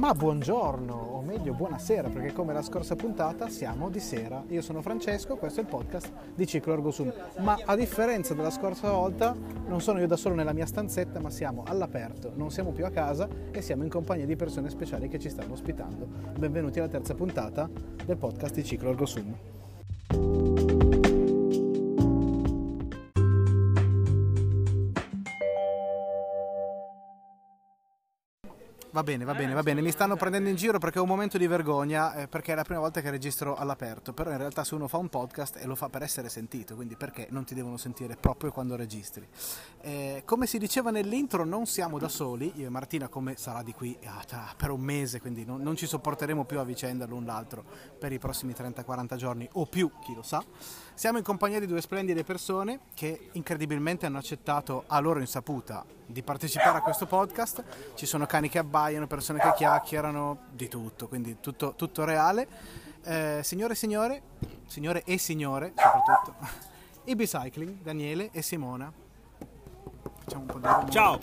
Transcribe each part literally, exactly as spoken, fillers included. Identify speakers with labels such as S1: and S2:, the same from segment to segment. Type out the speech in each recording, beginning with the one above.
S1: Ma buongiorno, o meglio buonasera, perché come la scorsa puntata siamo di sera. Io sono Francesco, questo è il podcast di Ciclo Ergo Sum. Ma a differenza della scorsa volta, non sono io da solo nella mia stanzetta, ma siamo all'aperto, non siamo più a casa e siamo in compagnia di persone speciali che ci stanno ospitando. Benvenuti alla terza puntata del podcast di Ciclo Ergo Sum. Va bene, va bene, va bene, mi stanno prendendo in giro perché ho un momento di vergogna, eh, perché è la prima volta che registro all'aperto, però in realtà se uno fa un podcast e lo fa per essere sentito, quindi perché non ti devono sentire proprio quando registri? Eh, come si diceva nell'intro, non siamo da soli, io e Martina, come sarà di qui ah, tra, per un mese, quindi non, non ci sopporteremo più a vicenda l'un l'altro per i prossimi trenta quaranta giorni o più, chi lo sa. Siamo in compagnia di due splendide persone che incredibilmente hanno accettato a loro insaputa di partecipare a questo podcast. Ci sono cani che abbaiano, persone che chiacchierano, di tutto, quindi tutto, tutto reale. Eh, signore e signore, signore e signore soprattutto, i Bicycling, Daniele e Simona. Facciamo un po' di rumore.
S2: Ciao!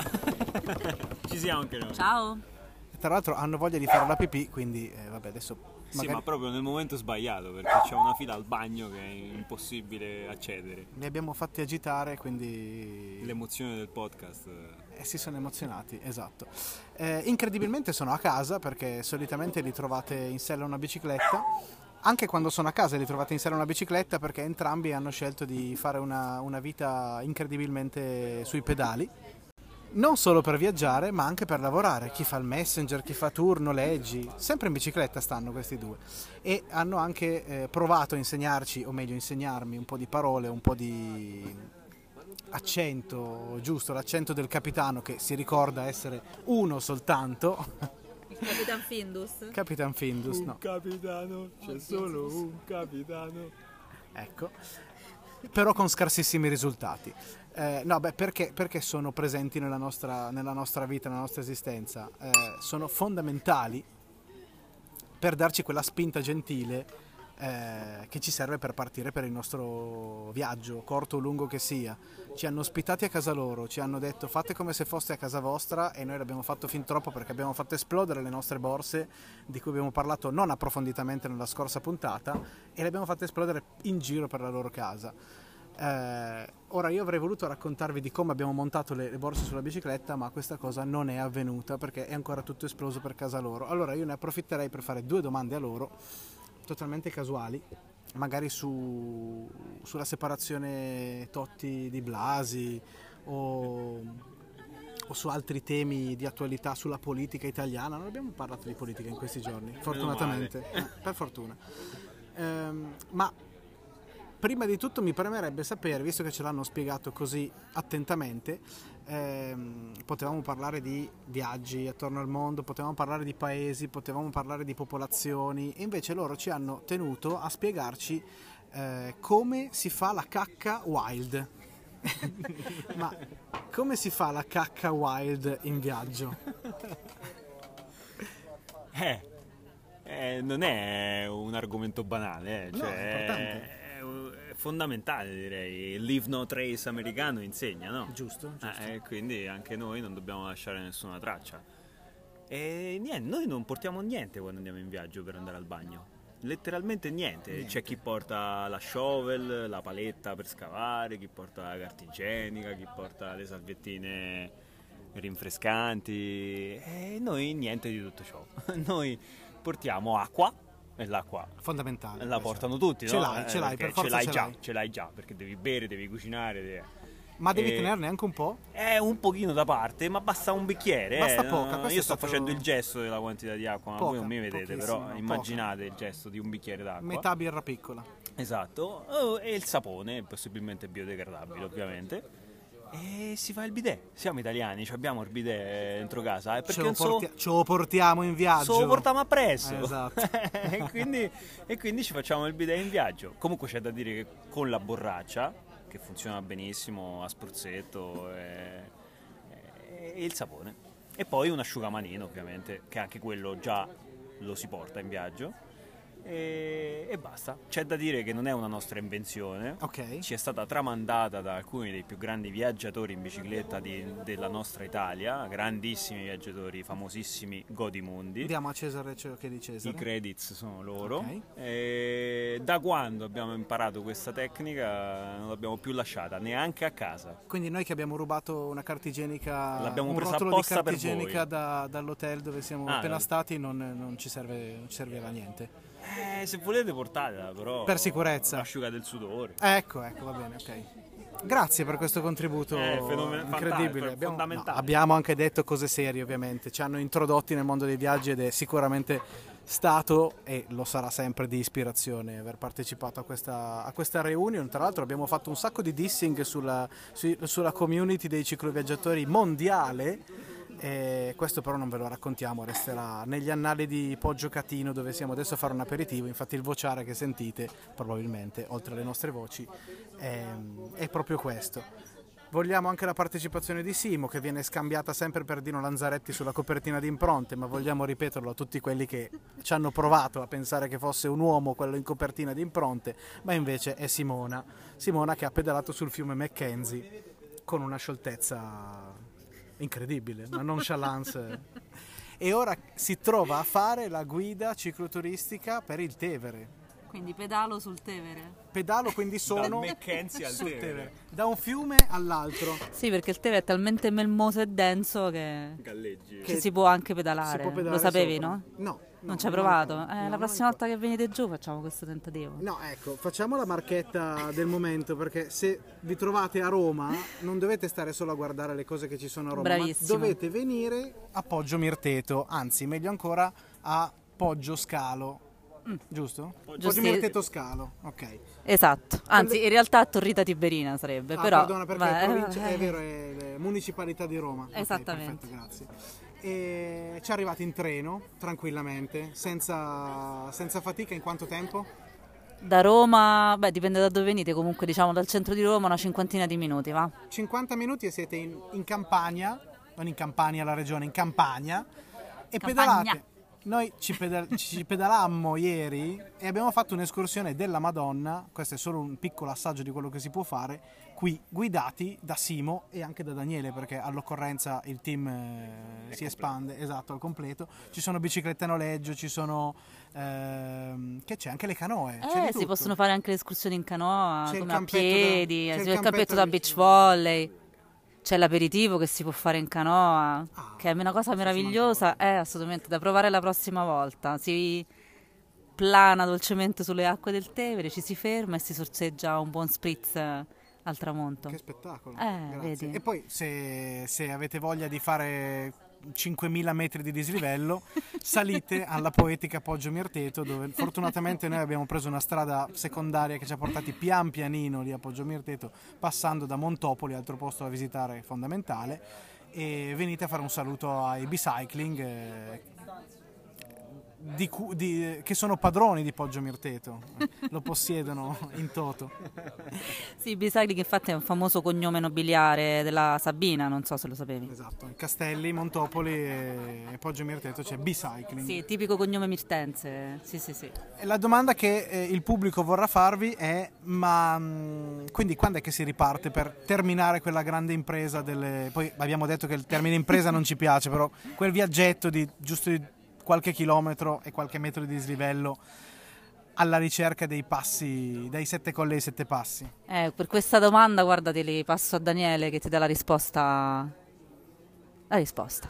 S2: Ci siamo anche noi.
S3: Ciao!
S1: Tra l'altro hanno voglia di fare la pipì, quindi eh, vabbè adesso...
S2: Sì,
S1: magari...
S2: ma proprio nel momento sbagliato, perché c'è una fila al bagno che è impossibile accedere.
S1: Li abbiamo fatti agitare, quindi...
S2: L'emozione del podcast.
S1: Eh, si sono emozionati, esatto. Eh, incredibilmente sono a casa, perché solitamente li trovate in sella a una bicicletta. Anche quando sono a casa li trovate in sella a una bicicletta, perché entrambi hanno scelto di fare una, una vita incredibilmente sui pedali. Non solo per viaggiare, ma anche per lavorare. Chi fa il messenger, chi fa turno, leggi, sempre in bicicletta stanno questi due. E hanno anche eh, provato a insegnarci, o meglio insegnarmi un po' di parole, un po' di accento, giusto, l'accento del capitano che si ricorda essere uno soltanto.
S3: Il Capitan Findus.
S1: Capitan Findus, no.
S2: Un capitano, c'è solo un capitano.
S1: Ecco, però con scarsissimi risultati. Eh, no, beh, perché, perché sono presenti nella nostra, nella nostra vita, nella nostra esistenza? Eh, sono fondamentali per darci quella spinta gentile eh, che ci serve per partire per il nostro viaggio, corto o lungo che sia. Ci hanno ospitati a casa loro, ci hanno detto fate come se foste a casa vostra e noi l'abbiamo fatto fin troppo perché abbiamo fatto esplodere le nostre borse, di cui abbiamo parlato non approfonditamente nella scorsa puntata, e le abbiamo fatte esplodere in giro per la loro casa. Eh, ora io avrei voluto raccontarvi di come abbiamo montato le, le borse sulla bicicletta, ma questa cosa non è avvenuta perché è ancora tutto esploso per casa loro. Allora io ne approfitterei per fare due domande a loro, totalmente casuali, magari su, sulla separazione Totti di Blasi o, o su altri temi di attualità, sulla politica italiana. Non abbiamo parlato di politica in questi giorni, fortunatamente, eh, per fortuna. Ehm, ma prima di tutto mi premerebbe sapere, visto che ce l'hanno spiegato così attentamente, ehm, potevamo parlare di viaggi attorno al mondo, potevamo parlare di paesi, potevamo parlare di popolazioni, e invece loro ci hanno tenuto a spiegarci eh, come si fa la cacca wild. Ma come si fa la cacca wild in viaggio?
S2: Eh, eh non è un argomento banale, eh.
S1: No,
S2: cioè,
S1: è importante.
S2: È fondamentale, direi. Il Leave No Trace americano insegna, no?
S1: Giusto, giusto.
S2: Eh, quindi anche noi non dobbiamo lasciare nessuna traccia. E niente, noi non portiamo niente quando andiamo in viaggio per andare al bagno. Letteralmente niente.
S1: Niente.
S2: C'è chi porta la shovel, la paletta per scavare, chi porta la carta igienica, chi porta le salviettine rinfrescanti. E noi niente di tutto ciò. Noi portiamo acqua. E l'acqua
S1: Fondamentale.
S2: la portano tutti,
S1: Ce
S2: no?
S1: l'hai, ce l'hai,
S2: Perché
S1: per forza
S2: ce l'hai
S1: ce
S2: già,
S1: l'hai.
S2: ce l'hai già, perché devi bere, devi cucinare. Devi...
S1: Ma devi
S2: E-
S1: tenerne anche un po'?
S2: È un pochino da parte, ma basta un bicchiere.
S1: Basta
S2: eh.
S1: poca,
S2: No,
S1: questo
S2: io
S1: è
S2: sto
S1: stato-
S2: facendo il gesto della quantità di acqua, ma
S1: Poca,
S2: voi non mi vedete,
S1: pochissimo,
S2: però
S1: poca.
S2: immaginate il gesto di un bicchiere d'acqua.
S1: Metà birra piccola.
S2: Esatto, oh, e il sapone, possibilmente biodegradabile ovviamente. E si fa il bidet. Siamo italiani, abbiamo il bidet dentro casa. Eh, perché
S1: Ce lo,
S2: non so...
S1: porti- ce lo portiamo in viaggio.
S2: Se lo portiamo appresso.
S1: Eh, esatto.
S2: e, quindi, e quindi ci facciamo il bidet in viaggio. Comunque c'è da dire che con la borraccia, che funziona benissimo a spruzzetto, e, e il sapone. E poi un asciugamanino ovviamente, che anche quello già lo si porta in viaggio. e, e basta. C'è da dire che non è una nostra invenzione,
S1: Ok.
S2: ci è stata tramandata da alcuni dei più grandi viaggiatori in bicicletta di- della nostra Italia, grandissimi viaggiatori, famosissimi godimundi.
S1: Diamo a Cesare ciò che è di Cesare.
S2: I credits sono loro.
S1: Ok.
S2: E da quando abbiamo imparato questa tecnica non l'abbiamo più lasciata, neanche a casa.
S1: Quindi noi che abbiamo rubato una carta igienica,
S2: L'abbiamo
S1: un
S2: presa
S1: rotolo di
S2: apposta
S1: carta
S2: per
S1: igienica
S2: voi.
S1: da- dall'hotel dove siamo
S2: Ah,
S1: appena
S2: no.
S1: stati, non, non ci serve, non ci serviva a niente.
S2: Eh, se volete portatela, però.
S1: Per sicurezza.
S2: Asciugate il sudore.
S1: Ecco, ecco, va bene, ok. Grazie per questo contributo
S2: Eh, fenomen-
S1: incredibile.
S2: fantastico,
S1: Abbiamo, no,
S2: fondamentale.
S1: abbiamo anche detto cose serie, ovviamente. Ci hanno introdotti nel mondo dei viaggi ed è sicuramente stato e lo sarà sempre di ispirazione aver partecipato a questa, a questa reunion. Tra l'altro abbiamo fatto un sacco di dissing sulla, su- sulla community dei cicloviaggiatori mondiale. E questo però non ve lo raccontiamo, resterà negli annali di Poggio Catino dove siamo adesso a fare un aperitivo. Infatti il vociare che sentite probabilmente oltre alle nostre voci è, è proprio questo. Vogliamo anche la partecipazione di Simo, che viene scambiata sempre per Dino Lanzaretti sulla copertina di Impronte, ma vogliamo ripeterlo a tutti quelli che ci hanno provato a pensare che fosse un uomo quello in copertina di Impronte, ma invece è Simona. Simona che ha pedalato sul fiume Mackenzie con una scioltezza incredibile, una nonchalance. E ora si trova a fare la guida cicloturistica per il Tevere.
S3: Quindi pedalo sul Tevere.
S1: Pedalo quindi sono
S2: Dal Mackenzie al
S1: sul
S2: Tevere.
S1: da un fiume all'altro.
S3: Sì, perché il Tevere è talmente melmoso e denso che
S2: Galleggi.
S3: ci si può anche pedalare.
S1: Si può pedalare
S3: Lo sapevi,
S1: sopra.
S3: no?
S1: No.
S3: Non
S1: no,
S3: ci hai
S1: non
S3: provato?
S1: ancora.
S3: Eh,
S1: No,
S3: la prossima
S1: non
S3: volta che venite giù facciamo questo tentativo.
S1: No, ecco, facciamo la marchetta del momento, perché se vi trovate a Roma non dovete stare solo a guardare le cose che ci sono a Roma,
S3: Bravissimo.
S1: ma dovete venire a Poggio Mirteto, anzi meglio ancora a Poggio Scalo, giusto? Poggio
S3: Giusti-
S1: Mirteto Scalo, ok.
S3: Esatto, anzi in realtà a Torrita Tiberina sarebbe,
S1: Ah,
S3: però...
S1: perdona, perché
S3: beh,
S1: è, provincia-
S3: eh,
S1: è vero, è la municipalità di Roma. Ok,
S3: Esattamente.
S1: perfetto, grazie. E ci arrivate in treno, tranquillamente, senza, senza fatica, in quanto tempo?
S3: Da Roma, beh dipende da dove venite, comunque diciamo dal centro di Roma una cinquantina di minuti, va?
S1: cinquanta minuti e siete in, in Campania, non in Campania la regione, in Campania, e
S3: Campagna.
S1: pedalate. Noi ci, pedal- ci pedalammo ieri e abbiamo fatto un'escursione della Madonna, questo è solo un piccolo assaggio di quello che si può fare, qui guidati da Simo e anche da Daniele, perché all'occorrenza il team eh, si espande, esatto, al completo. Ci sono biciclette a noleggio, ci sono... ehm, che c'è? Anche le canoe. c'è di
S3: Eh, si
S1: tutto.
S3: possono fare anche le escursioni in canoa,
S1: C'è il
S3: come a
S1: campetto da-
S3: piedi,
S1: c'è il
S3: c'è il
S1: campetto
S3: campetto
S1: da
S3: da beach
S1: vicino.
S3: volley, c'è l'aperitivo che si può fare in canoa,
S1: Ah,
S3: che è una cosa
S1: ci
S3: meravigliosa, è assolutamente da provare la prossima volta. Si plana dolcemente sulle acque del Tevere, ci si ferma e si sorseggia un buon spritz eh, al tramonto.
S1: Che spettacolo.
S3: Eh,
S1: Grazie.
S3: vedi.
S1: E poi se, se avete voglia di fare cinquemila metri di dislivello, salite alla poetica Poggio Mirteto, dove fortunatamente noi abbiamo preso una strada secondaria che ci ha portati pian pianino lì a Poggio Mirteto, passando da Montopoli, altro posto da visitare fondamentale, e venite a fare un saluto ai Bicycling eh, di cu- di- che sono padroni di Poggio Mirteto, lo possiedono in toto.
S3: Sì, Bicycling infatti è un famoso cognome nobiliare della Sabina, non so se lo sapevi.
S1: Esatto, in Castelli, Montopoli e e Poggio Mirteto c'è Bicycling.
S3: Sì, tipico cognome mirtense, sì sì sì.
S1: E la domanda che eh, il pubblico vorrà farvi è: ma mh, quindi quando è che si riparte per terminare quella grande impresa delle... Poi abbiamo detto che il termine impresa non ci piace, però quel viaggetto di giusto di qualche chilometro e qualche metro di dislivello alla ricerca dei passi, dai sette colli ai sette passi.
S3: Eh, per questa domanda, guarda, te li passo a Daniele che ti dà la risposta. La risposta.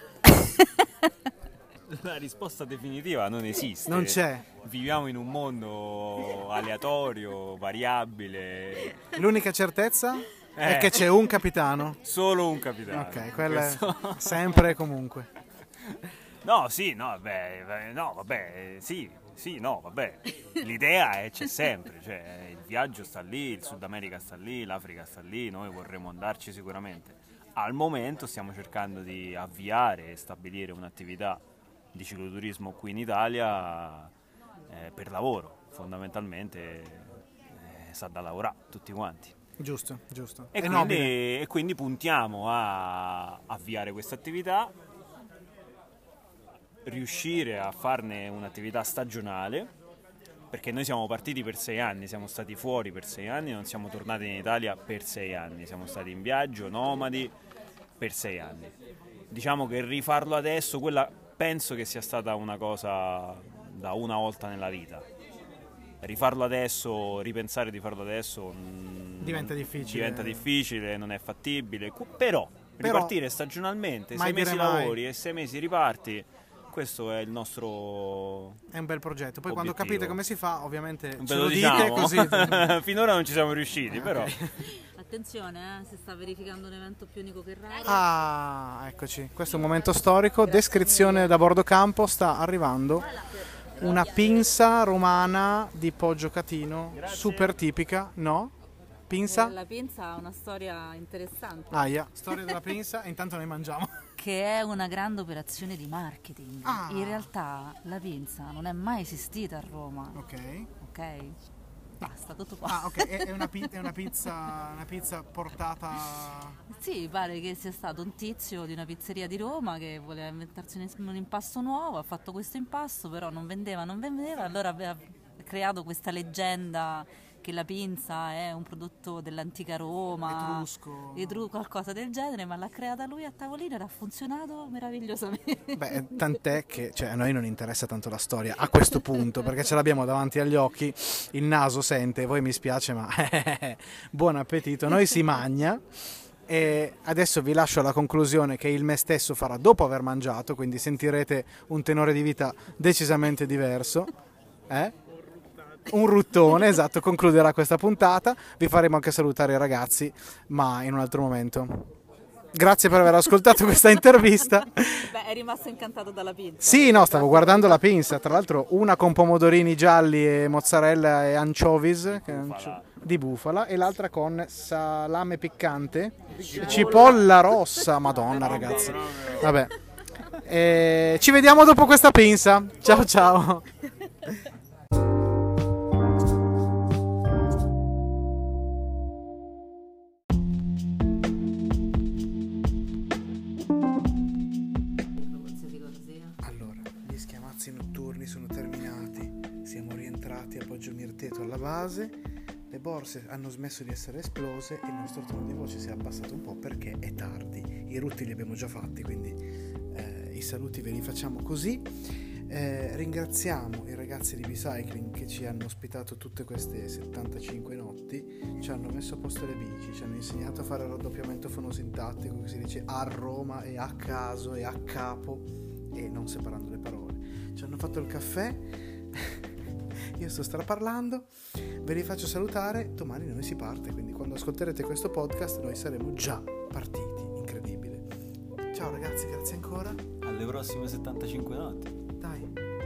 S2: La risposta definitiva non esiste.
S1: Non c'è.
S2: Viviamo in un mondo aleatorio, variabile.
S1: L'unica certezza è
S2: Eh.
S1: che c'è un capitano.
S2: Solo un capitano.
S1: Ok, quello è
S2: Questo-
S1: sempre e comunque.
S2: No, sì, no, vabbè, no, vabbè, sì, sì, no, vabbè. L'idea è c'è sempre, cioè il viaggio sta lì, il Sud America sta lì, l'Africa sta lì, noi vorremmo andarci sicuramente. Al momento stiamo cercando di avviare e stabilire un'attività di cicloturismo qui in Italia eh, per lavoro, fondamentalmente eh, sa da lavorare tutti quanti.
S1: Giusto, giusto.
S2: E
S1: È
S2: quindi,
S1: nobile.
S2: e quindi puntiamo a avviare questa attività, riuscire a farne un'attività stagionale perché noi siamo partiti per sei anni, siamo stati fuori per sei anni, non siamo tornati in Italia per sei anni, siamo stati in viaggio, nomadi, per sei anni. Diciamo che rifarlo adesso, quella penso che sia stata una cosa da una volta nella vita. Rifarlo adesso, ripensare di farlo adesso mh,
S1: diventa difficile.
S2: Diventa difficile, non è fattibile, però, però ripartire stagionalmente, sei mesi
S1: mai.
S2: lavori e sei mesi riparti, questo è il nostro
S1: è un bel progetto. Poi
S2: obiettivo.
S1: Quando capite come si fa, ovviamente
S2: Ve
S1: ce
S2: lo
S1: lo
S2: diciamo.
S1: dite così.
S2: Finora non ci siamo riusciti,
S1: ah,
S2: però
S1: okay.
S3: Attenzione, eh, si sta verificando un evento più unico che raro.
S1: Ah, eccoci. Questo è un momento storico. Descrizione da bordo campo. Sta arrivando una pinza romana di Poggio Catino.
S2: Grazie.
S1: Super tipica, no? Pinza?
S3: La pinza ha una storia interessante.
S1: Aia, storia della pinza e intanto noi mangiamo.
S3: Che è una grande operazione di marketing.
S1: Ah.
S3: In realtà la pinza non è mai esistita a Roma.
S1: Ok.
S3: Ok? Basta, tutto qua.
S1: Ah, ok, è, è, una, pi- è una pizza una pizza portata.
S3: Sì, pare che sia stato un tizio di una pizzeria di Roma che voleva inventarsi un, un impasto nuovo, ha fatto questo impasto, però non vendeva, non vendeva, allora aveva creato questa leggenda che la pinza è un prodotto dell'antica Roma,
S1: Etrusco.
S3: etru- qualcosa del genere, ma l'ha creata lui a tavolino ed ha funzionato meravigliosamente.
S1: Beh, tant'è che cioè, a noi non interessa tanto la storia a questo punto, perché ce l'abbiamo davanti agli occhi, il naso sente, voi mi spiace, ma buon appetito, noi si magna. E adesso vi lascio alla conclusione che il me stesso farà dopo aver mangiato, quindi sentirete un tenore di vita decisamente diverso. Eh? Un ruttone, esatto, concluderà questa puntata. Vi faremo anche salutare i ragazzi, ma in un altro momento. Grazie per aver ascoltato questa intervista.
S3: Beh, è rimasto incantato dalla pinza.
S1: Sì, no, stavo guardando la pinza, tra l'altro una con pomodorini gialli e mozzarella e anchovies che
S2: Bufala.
S1: di bufala, e l'altra con salame piccante, cipolla rossa, madonna ragazzi. Vabbè. E ci vediamo dopo questa pinza. Ciao ciao. Allora, gli schiamazzi notturni sono terminati, siamo rientrati a Poggio Mirteto alla base, le borse hanno smesso di essere esplose e il nostro tono di voce si è abbassato un po' perché è tardi, i rutti li abbiamo già fatti, quindi eh, i saluti ve li facciamo così. Eh, ringraziamo i ragazzi di B-Cycling che ci hanno ospitato tutte queste settantacinque notti, ci hanno messo a posto le bici, ci hanno insegnato a fare il raddoppiamento fonosintattico, che si dice a Roma e a caso e a capo e non separando le parole, ci hanno fatto il caffè. Io sto straparlando, ve li faccio salutare, domani noi si parte, quindi quando ascolterete questo podcast noi saremo già partiti, incredibile. Ciao ragazzi, grazie ancora.
S2: alle prossime settantacinque notti.
S1: Dai.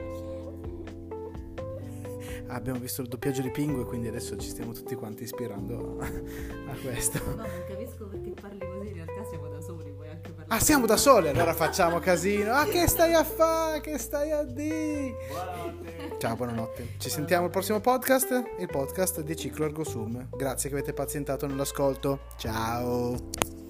S1: Abbiamo visto il doppiaggio di Pingu e quindi adesso ci stiamo tutti quanti ispirando a, a questo.
S3: No, non capisco perché parli così, in realtà siamo da soli, puoi anche parlare.
S1: Ah, siamo da soli, allora facciamo casino. Ah, che stai a fare? Che stai a dire?
S2: Buonanotte.
S1: Ciao, buonanotte. Ci sentiamo al prossimo podcast, il podcast di Ciclo Ergo Sum. Grazie che avete pazientato nell'ascolto. Ciao.